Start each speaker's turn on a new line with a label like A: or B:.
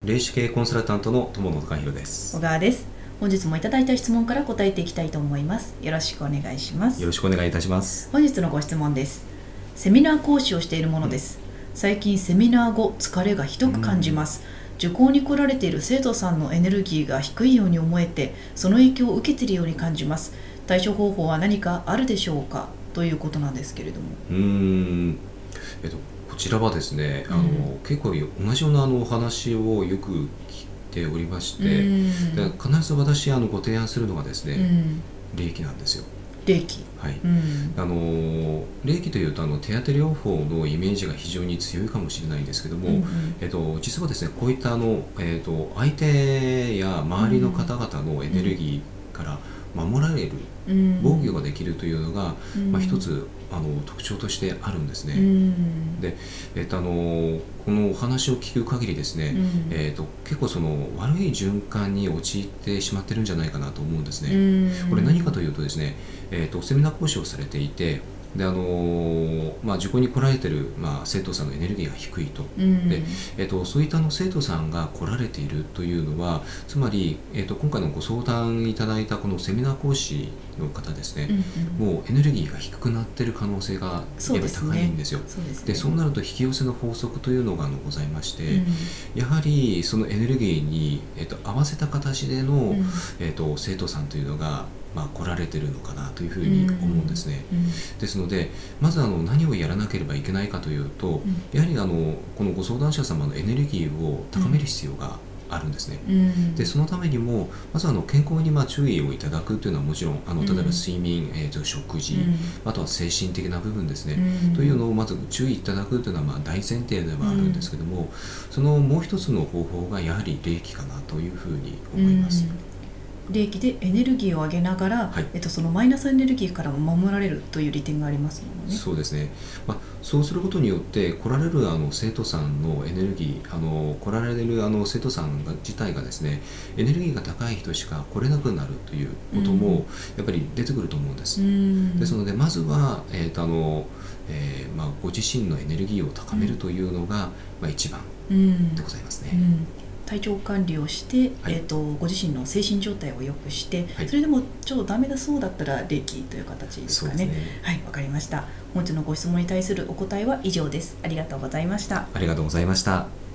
A: 霊視系コンサルタントの友野孝弘です。
B: 小川です。本日もいただいた質問から答えていきたいと思います。よろしくお願いします。
A: よろしくお願いいたします。
B: 本日のご質問です。セミナー講師をしているものです。最近セミナー後疲れがひどく感じます。受講に来られている生徒さんのエネルギーが低いように思えて、その影響を受けているように感じます。対処方法は何かあるでしょうか、ということなんですけれども。
A: こちらはですね、結構同じようなお話をよく聞いておりまして、必ず私ご提案するのがですね、霊気なんですよ。
B: 霊気、
A: はい。霊気というと手当て療法のイメージが非常に強いかもしれないんですけども、実はですね、こういった相手や周りの方々のエネルギーから守られる、防御ができるというのが、一つ特徴としてあるんですね。で、このお話を聞く限りですね、結構その悪い循環に陥ってしまってるんじゃないかなと思うんですね。これ何かというとですね、セミナー講師をされていて、で受講に来られている、生徒さんのエネルギーが低いと、でそういった生徒さんが来られているというのは、つまり、今回のご相談いただいたこのセミナー講師の方ですね、もうエネルギーが低くなっている可能性がやっぱり高いんですよ。そうなると引き寄せの法則というのがございまして、やはりそのエネルギーに、合わせた形での、生徒さんというのが来られているのかなというふうに思うんですね。ですので、まず何をやらなければいけないかというと、やはりこのご相談者様のエネルギーを高める必要があるんですね。でそのためにもまず健康に注意をいただくというのはもちろん例えば睡眠、食事、あとは精神的な部分ですね、というのをまず注意いただくというのは大前提ではあるんですけども、そのもう一つの方法がやはり霊気かなというふうに思います。
B: 霊気でエネルギーを上げながら、そのマイナスエネルギーからも守られるという利点がありますもんね。
A: そうですね。そうすることによって来られる生徒さんのエネルギー、来られる生徒さん自体がですね、エネルギーが高い人しか来れなくなるということもやっぱり出てくると思うんです。ですので、まずは、ご自身のエネルギーを高めるというのが、一番でございますね。
B: 体調管理をして、ご自身の精神状態を良くして、それでもちょっとダメだそうだったら霊気という形ですかね。はい、わかりました。本日のご質問に対するお答えは以上です。ありがとうございました。
A: ありがとうございました。